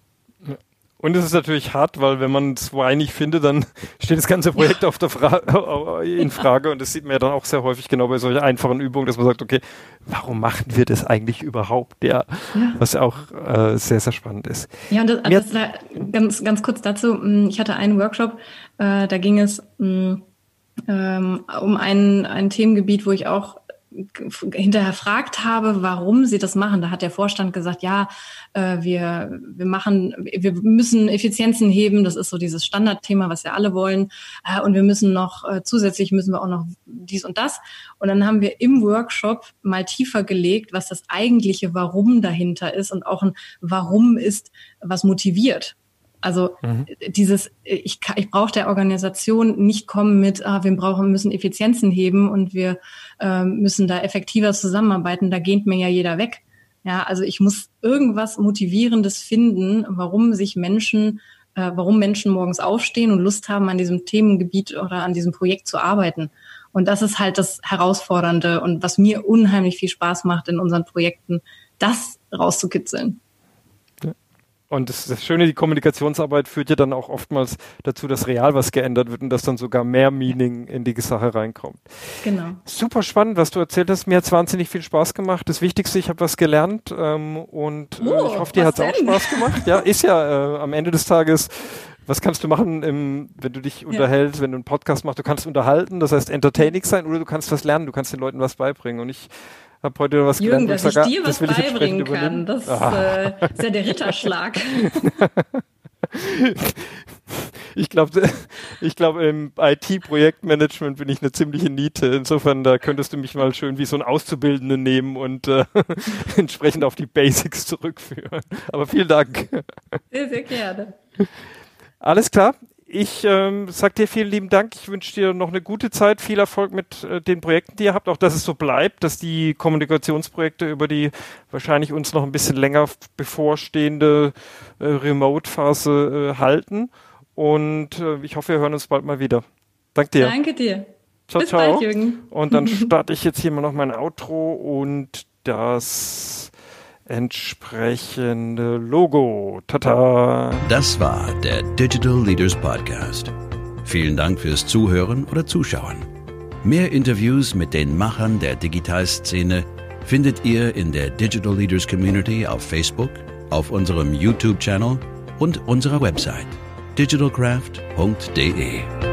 S2: Und es ist natürlich hart, weil wenn man das Why nicht findet, dann steht das ganze Projekt ja. auf der Fra- in Frage. Und das sieht man ja dann auch sehr häufig genau bei solchen einfachen Übungen, dass man sagt, okay, warum machen wir das eigentlich überhaupt? Ja, ja. Was ja auch äh, sehr, sehr spannend ist.
S3: Ja, und das, das da, ganz, ganz kurz dazu. Ich hatte einen Workshop, äh, da ging es mh, ähm, um ein, ein Themengebiet, wo ich auch hinterfragt habe, warum sie das machen. Da hat der Vorstand gesagt, ja, äh, wir wir machen, wir müssen Effizienzen heben. Das ist so dieses Standardthema, was ja alle wollen. Äh, und wir müssen noch äh, zusätzlich müssen wir auch noch dies und das. Und dann haben wir im Workshop mal tiefer gelegt, was das eigentliche Warum dahinter ist und auch ein Warum ist, was motiviert. Also mhm. dieses, ich, ich brauche der Organisation nicht kommen mit, ah, wir brauchen, müssen Effizienzen heben und wir ähm, müssen da effektiver zusammenarbeiten, da geht mir ja jeder weg. Ja, also ich muss irgendwas Motivierendes finden, warum sich Menschen, äh, warum Menschen morgens aufstehen und Lust haben, an diesem Themengebiet oder an diesem Projekt zu arbeiten. Und das ist halt das Herausfordernde und was mir unheimlich viel Spaß macht in unseren Projekten, das rauszukitzeln.
S2: Und das, das Schöne, die Kommunikationsarbeit führt ja dann auch oftmals dazu, dass real was geändert wird und dass dann sogar mehr Meaning in die Sache reinkommt.
S3: Genau.
S2: Super spannend, was du erzählt hast. Mir hat es wahnsinnig viel Spaß gemacht. Das Wichtigste, ich habe was gelernt ähm, und äh, oh, ich hoffe, dir hat es auch Spaß gemacht. Ja, ist ja äh, am Ende des Tages, was kannst du machen, im, wenn du dich unterhältst, ja. wenn du einen Podcast machst? Du kannst unterhalten, das heißt entertaining sein oder du kannst was lernen, du kannst den Leuten was beibringen. Und ich habe heute was
S3: Jürgen,
S2: gelernt.
S3: dass ich,
S2: sag,
S3: dir was beibringen kann, das
S2: ah.
S3: äh, ist ja der Ritterschlag.
S2: Ich glaube, ich glaube, im I T-Projektmanagement bin ich eine ziemliche Niete. Insofern, da könntest du mich mal schön wie so ein Auszubildenden nehmen und äh, entsprechend auf die Basics zurückführen. Aber vielen Dank.
S3: Sehr, sehr gerne.
S2: Alles klar. Ich ähm, sag dir vielen lieben Dank. Ich wünsche dir noch eine gute Zeit, viel Erfolg mit äh, den Projekten, die ihr habt. Auch, dass es so bleibt, dass die Kommunikationsprojekte über die wahrscheinlich uns noch ein bisschen länger bevorstehende äh, Remote-Phase äh, halten. Und äh, ich hoffe, wir hören uns bald mal wieder. Danke dir.
S3: Danke dir.
S2: Ciao,
S3: Bis
S2: ciao.
S3: bald, Jürgen.
S2: Und dann starte ich jetzt hier mal noch mein Outro und das entsprechende Logo. Tata.
S1: Das war der Digital Leaders Podcast. Vielen Dank fürs Zuhören oder Zuschauen. Mehr Interviews mit den Machern der Digitalszene findet ihr in der Digital Leaders Community auf Facebook, auf unserem YouTube-Channel und unserer Website digitalcraft punkt de.